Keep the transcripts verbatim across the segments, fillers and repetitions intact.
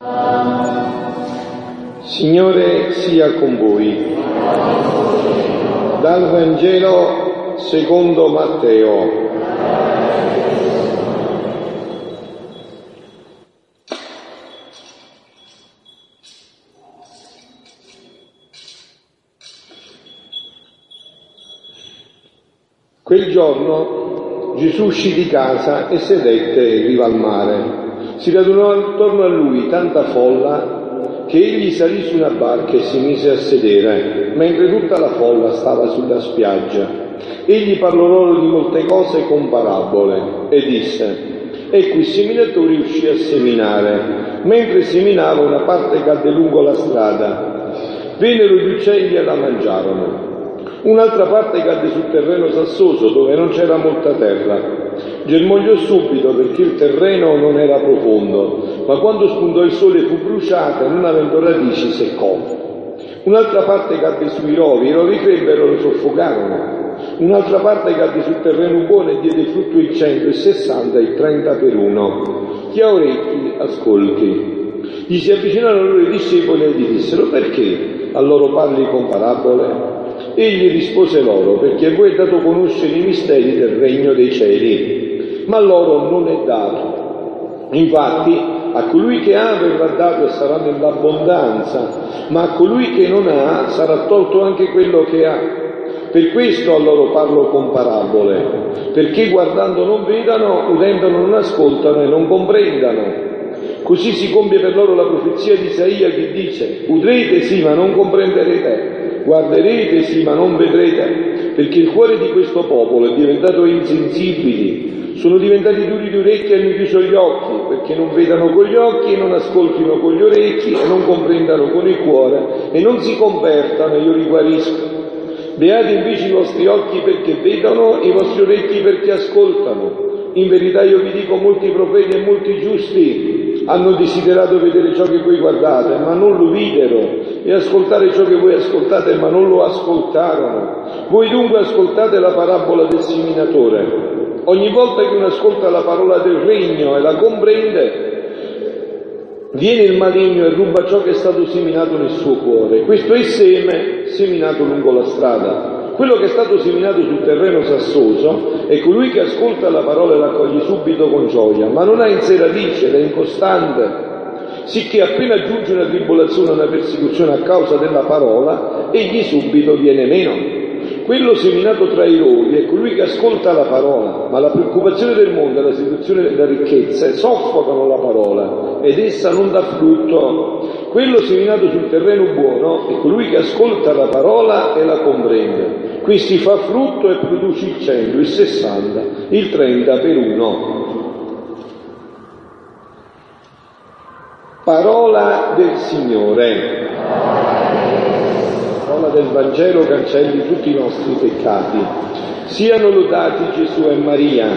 Signore sia con voi. Dal Vangelo secondo Matteo. Quel giorno Gesù uscì di casa e sedette in riva al mare. Si radunò attorno a lui tanta folla che egli salì su una barca e si mise a sedere, mentre tutta la folla stava sulla spiaggia. Egli parlò loro di molte cose con parabole e disse: ecco, il seminatore uscì a seminare. Mentre seminava, una parte cadde lungo la strada. Vennero gli uccelli e la mangiarono. Un'altra parte cadde sul terreno sassoso, dove non c'era molta terra. Germogliò subito perché il terreno non era profondo, ma quando spuntò il sole fu bruciata e non avendo radici seccò. Un'altra parte cadde sui rovi, i rovi crebbero e lo soffocarono. Un'altra parte cadde sul terreno buono e diede frutto il cento, il sessanta e il trenta per uno. Chi ha orecchi ascolti. Gli si avvicinarono loro i discepoli e gli dissero: perché a loro parli con parabole? Egli rispose loro: perché a voi è dato conoscere i misteri del regno dei cieli, ma a loro non è dato. Infatti a colui che ha verrà dato e sarà nell'abbondanza, ma a colui che non ha sarà tolto anche quello che ha. Per questo a loro parlo con parabole, perché guardando non vedano, udendo non ascoltano e non comprendano. Così si compie per loro la profezia di Isaia che dice: udrete sì ma non comprenderete, guarderete sì ma non vedrete, perché il cuore di questo popolo è diventato insensibile, sono diventati duri di orecchie e hanno chiuso gli occhi, perché non vedano con gli occhi e non ascoltino con gli orecchi e non comprendano con il cuore e non si convertano e io li guarisco. Beati invece i vostri occhi perché vedono e i vostri orecchi perché ascoltano. In verità io vi dico, molti profeti e molti giusti hanno desiderato vedere ciò che voi guardate, ma non lo videro, e ascoltare ciò che voi ascoltate, ma non lo ascoltarono. Voi dunque ascoltate la parabola del seminatore. Ogni volta che uno ascolta la parola del regno e la comprende, viene il maligno e ruba ciò che è stato seminato nel suo cuore. Questo è il seme seminato lungo la strada. Quello che è stato seminato sul terreno sassoso è colui che ascolta la parola e la accoglie subito con gioia, ma non ha in sé radice, è incostante, sicché appena giunge una tribolazione o una persecuzione a causa della parola, egli subito viene meno. Quello seminato tra i rovi è colui che ascolta la parola, ma la preoccupazione del mondo e la seduzione della ricchezza soffocano la parola ed essa non dà frutto. Quello seminato sul terreno buono è colui che ascolta la parola e la comprende. Questi fa frutto e produce il cento, il sessanta, il trenta per uno. Parola del Signore. Parola del Vangelo cancelli tutti i nostri peccati. Siano lodati Gesù e Maria.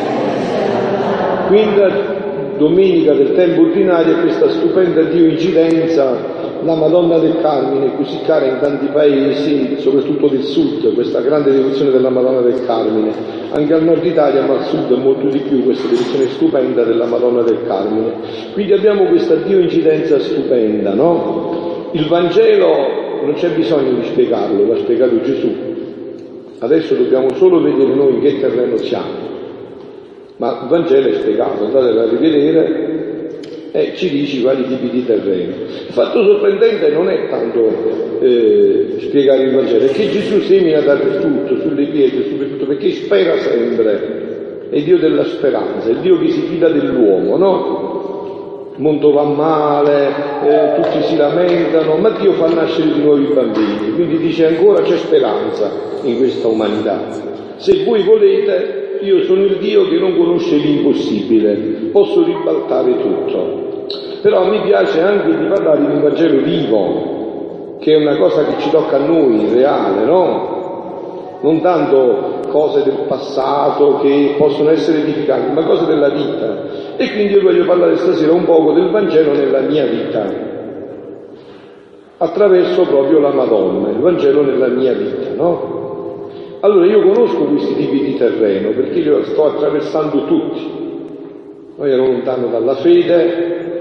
Quinta domenica del tempo ordinario, questa stupenda Dio incidenza, la Madonna del Carmine, così cara in tanti paesi, soprattutto del sud, questa grande devozione della Madonna del Carmine, anche al nord Italia, ma al sud molto di più, questa devozione stupenda della Madonna del Carmine. Quindi abbiamo questa Dio incidenza stupenda, no? Il Vangelo non c'è bisogno di spiegarlo, l'ha spiegato Gesù. Adesso dobbiamo solo vedere noi in che terreno siamo. Ma il Vangelo è spiegato, andate a rivedere e ci dice quali tipi di terreno. Il fatto sorprendente non è tanto eh, spiegare il Vangelo, è che Gesù semina dappertutto, sulle pietre, soprattutto perché spera sempre, è Dio della speranza, è Dio che si fida dell'uomo, no? Il mondo va male, eh, tutti si lamentano, ma Dio fa nascere di nuovi bambini, quindi dice ancora c'è speranza in questa umanità. Se voi volete, io sono il Dio che non conosce l'impossibile, posso ribaltare tutto. Però mi piace anche di parlare di un Vangelo vivo, che è una cosa che ci tocca a noi, reale, no? Non tanto cose del passato che possono essere edificanti, ma cose della vita. E quindi io voglio parlare stasera un poco del Vangelo nella mia vita, attraverso proprio la Madonna, il Vangelo nella mia vita, no? Allora io conosco questi tipi di terreno perché li sto attraversando tutti. Noi ero lontano dalla fede,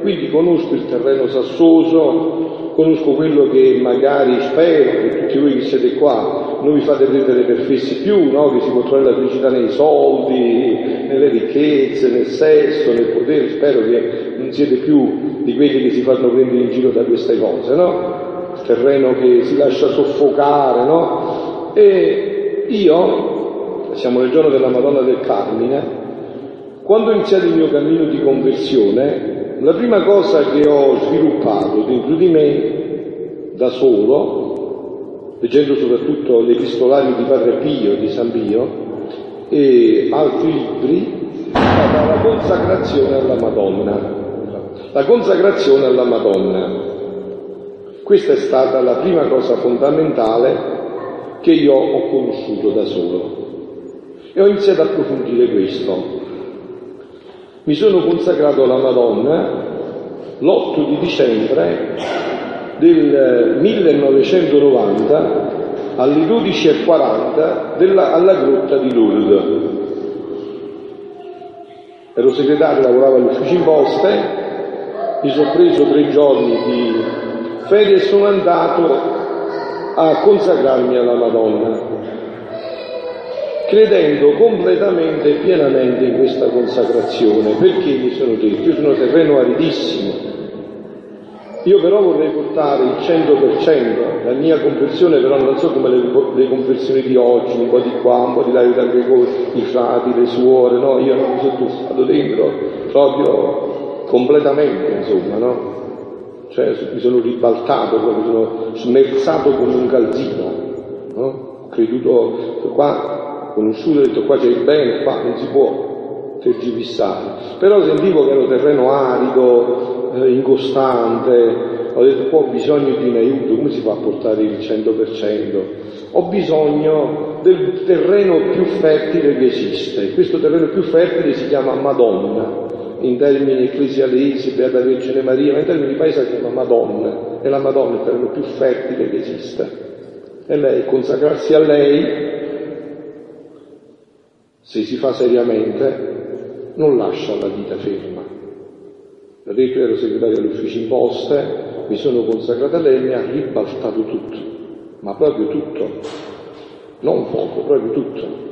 quindi conosco il terreno sassoso, conosco quello che magari spero che tutti voi che siete qua non vi fate prendere per fessi più, no? Che si può trovare la felicità nei soldi, nelle ricchezze, nel sesso, nel potere. Spero che non siete più di quelli che si fanno prendere in giro da queste cose, no? Il terreno che si lascia soffocare, no? E io, siamo nel giorno della Madonna del Carmine, quando ho iniziato il mio cammino di conversione, la prima cosa che ho sviluppato dentro di me, da solo, leggendo soprattutto l'Epistolario di Padre Pio, di San Pio, e altri libri, è stata la consacrazione alla Madonna. La consacrazione alla Madonna. Questa è stata la prima cosa fondamentale che io ho conosciuto da solo. E ho iniziato a approfondire questo. Mi sono consacrato alla Madonna l'otto di dicembre del millenovecentonovanta alle dodici e quaranta della, alla grotta di Lourdes. Ero segretario, lavoravo all'ufficio imposte, mi sono preso tre giorni di ferie e sono andato a consacrarmi alla Madonna, credendo completamente e pienamente in questa consacrazione, perché mi sono detto, io sono terreno aridissimo, io però vorrei portare il cento per cento, la mia conversione però non so come le, le conversioni di oggi, un po' di qua, un po' di là, anche con i frati, le suore, no? Io non mi sono tuffato dentro, proprio completamente, insomma, no? Cioè mi sono ribaltato, mi sono smerzato come un calzino, no? Ho creduto qua, conosciuto, ho detto qua c'è il bene, qua non si può tergiversare. Però sentivo che ero terreno arido, eh, incostante, ho detto qua ho bisogno di un aiuto, come si fa a portare il cento per cento? Ho bisogno del terreno più fertile che esiste, questo terreno più fertile si chiama Madonna, in termini ecclesialesi, Beata Vergine Maria, ma in termini paesani si chiama Madonna, e la Madonna è il terreno più fertile che esiste. E lei, consacrarsi a lei, se si fa seriamente, non lascia la vita ferma. L'ho detto, ero segretario all'ufficio imposte, mi sono consacrato a lei e mi ha ribaltato tutto, ma proprio tutto, non poco, proprio tutto.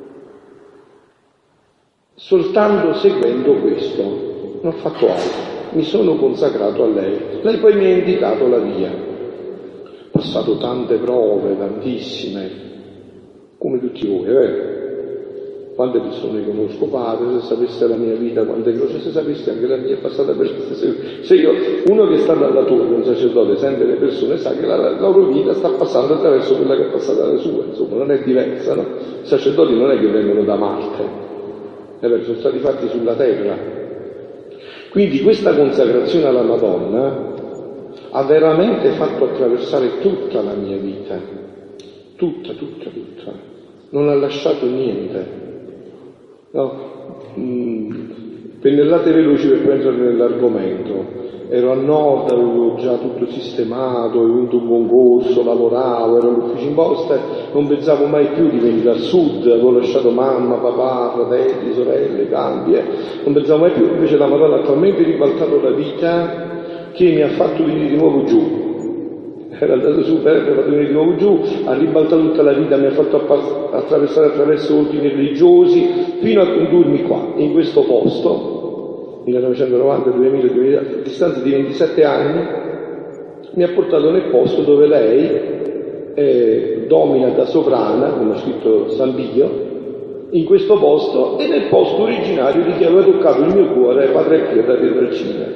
Soltanto seguendo questo, non ho fatto altro, mi sono consacrato a lei. Lei poi mi ha indicato la via. Ho passato tante prove, tantissime, come tutti voi, è vero? Quante persone conosco, padre, se sapesse la mia vita, quante cose, se sapesse anche la mia è passata per queste. Se io, uno che sta dalla torre, un sacerdote, sente le persone, sa che la, la loro vita sta passando attraverso quella che è passata la sua, insomma, non è diversa, no? I sacerdoti non è che vengono da Marte, è vero, sono stati fatti sulla terra. Quindi questa consacrazione alla Madonna ha veramente fatto attraversare tutta la mia vita, tutta, tutta, tutta, non ha lasciato niente. No, mm, pennellate veloci per prendere nell'argomento. Ero a nord, avevo già tutto sistemato, avevo avuto un buon corso, lavoravo, ero all'ufficio imposte, non pensavo mai più di venire al sud, avevo lasciato mamma, papà, fratelli, sorelle, cambie, non pensavo mai più. Invece la Madonna ha talmente ribaltato la vita che mi ha fatto venire di nuovo giù. Era andato su, per fatto venire di nuovo giù, ha ribaltato tutta la vita, mi ha fatto appa- attraversare attraverso ordini religiosi, fino a condurmi qua, in questo posto, millenovecentonovanta duemila, duemila, a distanza di ventisette anni, mi ha portato nel posto dove lei eh, domina da sovrana, come ha scritto San Pio, in questo posto, e nel posto originario di chi aveva toccato il mio cuore, Padre Pio da Pietrelcina.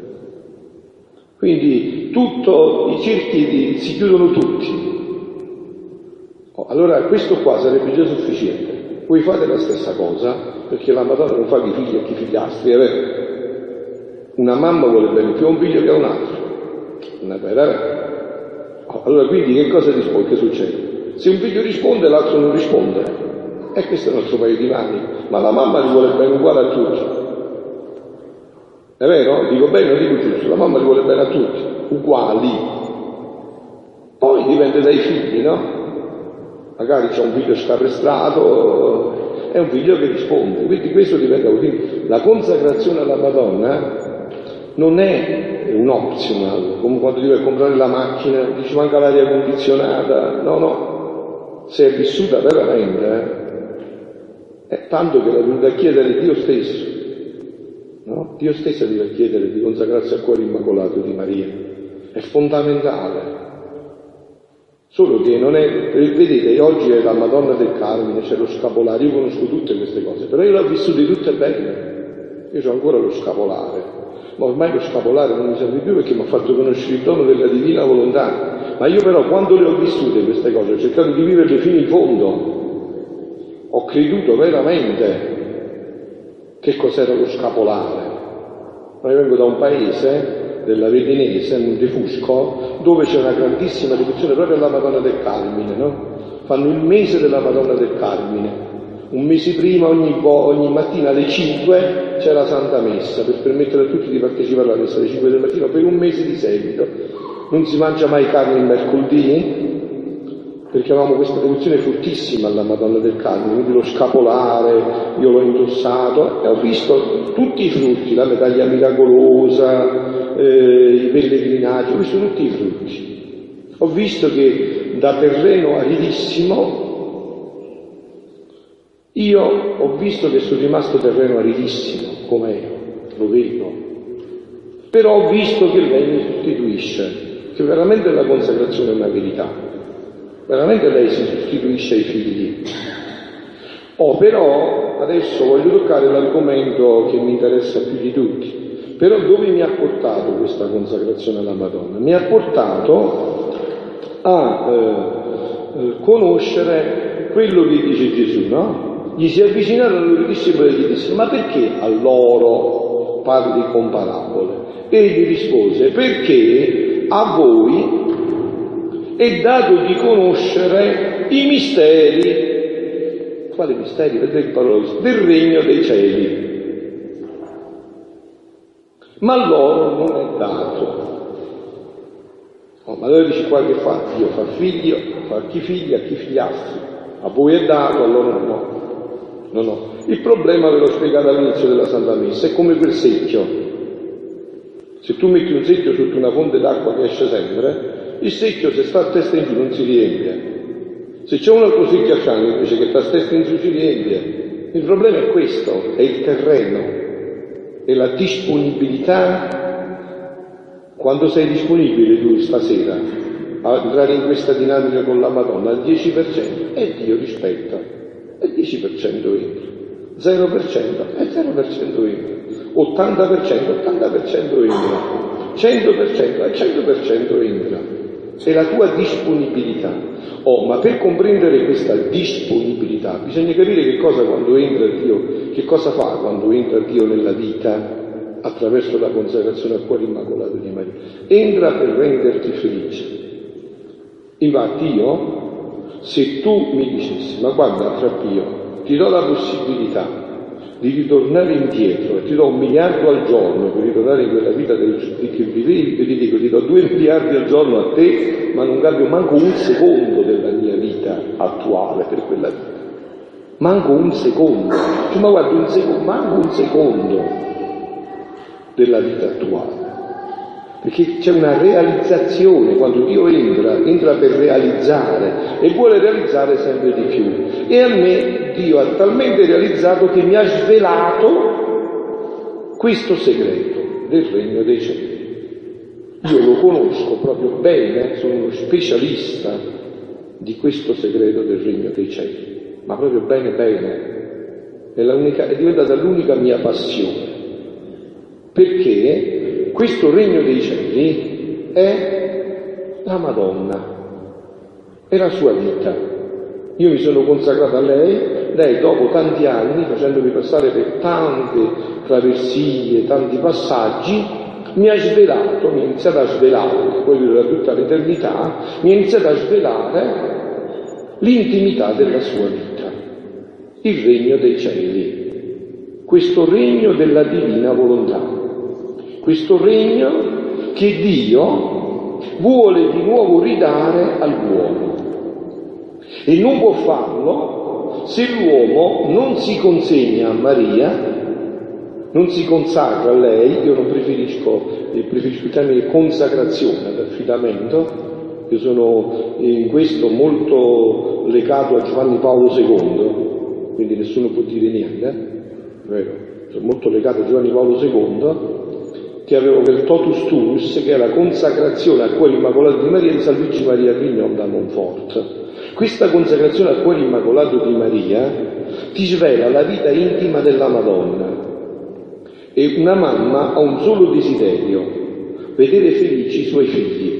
Quindi tutto, i cerchi di, si chiudono tutti. Oh, allora questo qua sarebbe già sufficiente. Voi fate la stessa cosa, perché la Madonna non fa che i figli a chi figliastri, è vero? Una mamma vuole bene più a un figlio che a un altro. Non è vero, è vero? Oh, allora quindi che cosa risponde? Che succede? Se un figlio risponde, l'altro non risponde. E questo è il nostro paio di mani. Ma la mamma li vuole bene uguale a tutti. È vero? Dico bene o dico giusto? La mamma li vuole bene a tutti, uguali. Poi dipende dai figli, no? Magari c'è un figlio scarrestrato, è un figlio che risponde, quindi questo dipende. Quindi la consacrazione alla Madonna non è un optional, come quando devi comprare la macchina, dici manca l'aria condizionata, no, no, se è vissuta veramente, eh, è tanto che la venuta a chiedere Dio stesso, no? Dio stesso deve a chiedere di consacrarsi al cuore immacolato di Maria, è fondamentale. Solo che non è, vedete, oggi è la Madonna del Carmine, c'è lo scapolare, io conosco tutte queste cose, però io le ho vissute tutte bene, io ho ancora lo scapolare, ma ormai lo scapolare non mi serve più perché mi ha fatto conoscere il dono della divina volontà, ma io però quando le ho vissute queste cose ho cercato di viverle fino in fondo, ho creduto veramente che cos'era lo scapolare. Ma io vengo da un paese della Vedinese, Montefusco, dove c'è una grandissima devozione proprio alla Madonna del Carmine, no? Fanno il mese della Madonna del Carmine. Un mese prima, ogni, ogni mattina alle cinque, c'è la Santa Messa, per permettere a tutti di partecipare alla messa alle cinque del mattino, per un mese di seguito. Non si mangia mai carne il mercoledì, perché avevamo questa devozione fortissima alla Madonna del Carmine, quindi lo scapolare, io l'ho indossato e ho visto tutti i frutti, la medaglia miracolosa, eh, i pellegrinaggi, ho visto tutti i frutti. Ho visto che da terreno aridissimo, io ho visto che sono rimasto terreno aridissimo, come ero, lo vedo, però ho visto che lei mi sostituisce, che veramente la consacrazione è una verità. Veramente lei si sostituisce ai figli. Oh, però adesso voglio toccare l'argomento che mi interessa più di tutti. Però dove mi ha portato questa consacrazione alla Madonna? Mi ha portato a eh, eh, conoscere quello che dice Gesù, no? Gli si avvicinarono ai loro discepoli e gli disse: ma perché a loro parli con parabole? E gli rispose: perché a voi è dato di conoscere i misteri. Quali misteri? Vedete il parole? Del regno dei cieli. Ma a loro non è dato. Oh, ma allora dici qua che fa? Dio fa figli, fa a chi figli, a chi figliastri. A voi è dato, a loro no. No, no. Il problema ve l'ho spiegato all'inizio della Santa Messa, è come quel secchio. Se tu metti un secchio sotto una fonte d'acqua che esce sempre, il secchio se sta a testa in giù non si riempie. Se c'è un altro secchio a fianco invece che sta a testa in giù si riempie. Il problema è questo, è il terreno, è la disponibilità. Quando sei disponibile tu stasera a entrare in questa dinamica con la Madonna, al dieci per cento, e Dio rispetta, e dieci per cento entra, zero per cento, e zero per cento entra, ottanta per cento, ottanta per cento entra, cento per cento, e cento per cento entra. È la tua disponibilità. Oh, ma per comprendere questa disponibilità bisogna capire che cosa quando entra Dio, che cosa fa quando entra Dio nella vita attraverso la consacrazione al cuore immacolato di Maria. Entra per renderti felice. Infatti io, se tu mi dicessi: ma guarda Frappio, ti do la possibilità di ritornare indietro e ti do un miliardo al giorno per ritornare in quella vita del, che vivevi, ti dico ti do due miliardi al giorno a te, ma non cambio manco un secondo della mia vita attuale per quella vita, manco un secondo, cioè, ma guarda un secondo, manco un secondo della vita attuale, perché c'è una realizzazione. Quando Dio entra, entra per realizzare e vuole realizzare sempre di più, e a me Dio ha talmente realizzato che mi ha svelato questo segreto del regno dei cieli. Io lo conosco proprio bene, sono uno specialista di questo segreto del regno dei cieli, ma proprio bene bene, è, l'unica, è diventata l'unica mia passione, perché questo regno dei cieli è la Madonna, è la sua vita. Io mi sono consacrato a lei, lei dopo tanti anni, facendomi passare per tante traversie, tanti passaggi, mi ha svelato, mi ha iniziato a svelare, poi dura tutta l'eternità, mi ha iniziato a svelare l'intimità della sua vita, il regno dei cieli, questo regno della divina volontà, questo regno che Dio vuole di nuovo ridare all'uomo. E non può farlo se l'uomo non si consegna a Maria non si consacra a lei, io non preferisco, preferisco il termine consacrazione ad affidamento. Io sono in questo molto legato a Giovanni Paolo secondo, quindi nessuno può dire niente, vero? Sono molto legato a Giovanni Paolo secondo, che aveva quel totus tuus, che è la consacrazione al cuore immacolato di Maria di San Luigi Maria Grignon da Montfort. Questa consacrazione al cuore immacolato di Maria ti svela la vita intima della Madonna. E una mamma ha un solo desiderio: vedere felici i suoi figli.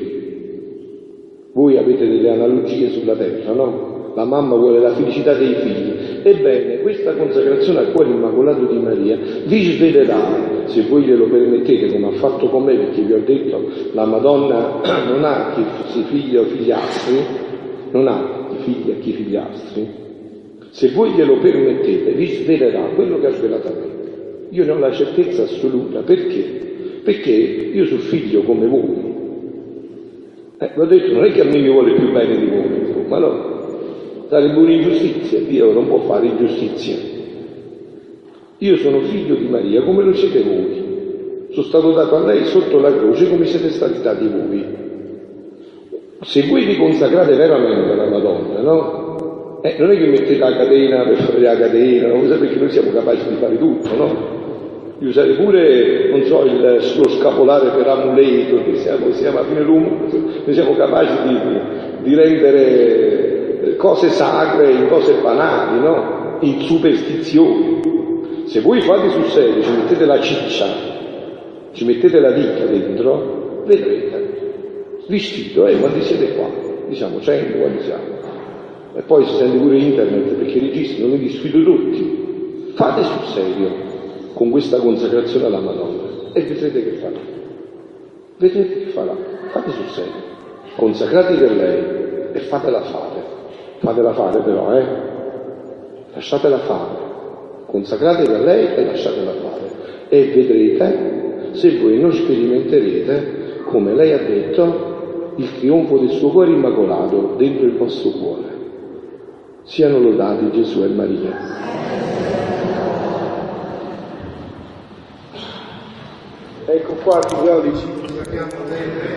Voi avete delle analogie sulla terra, no? La mamma vuole la felicità dei figli. Ebbene, questa consacrazione al cuore immacolato di Maria vi svelerà, se voi glielo permettete, come ha fatto con me, perché vi ho detto, la Madonna non ha chi figli o figliastri, non ha chi figli e chi figliastri. Se voi glielo permettete, vi svelerà quello che ha svelato a me. Io ne ho la certezza assoluta. Perché? Perché io sono figlio come voi. Eh, l'ho detto, non è che a me mi vuole più bene di voi, ma no, sarebbe un'ingiustizia, Dio non può fare ingiustizia. Io sono figlio di Maria come lo siete voi, sono stato dato a lei sotto la croce come siete stati dati voi. Se voi vi consacrate veramente alla Madonna, no? Eh, non è che mettete la catena per fare la catena, non so, perché noi siamo capaci di fare tutto, no? Di usare pure, non so, il, lo scapolare per amuleto, che siamo, siamo a fine lungo, noi siamo capaci di, di rendere cose sacre in cose banali, no? In superstizioni. Se voi fate sul serio, ci mettete la ciccia, ci mettete la ditta dentro, vedrete. Vestito, eh, quando siete qua? Diciamo cento, quando siamo. E poi si sente pure internet, perché registrano, quindi sfido tutti. Fate sul serio con questa consacrazione alla Madonna e vedrete che farà. Vedrete che farà. Fate sul serio. Consacrate per lei e fatela fare. Fatela fare però, eh. Lasciatela fare. Consacrate per lei e lasciatela fare. E vedrete, se voi non sperimenterete, come lei ha detto, il trionfo del suo cuore immacolato dentro il vostro cuore. Siano lodati Gesù e Maria. Ecco qua, figlioli, ci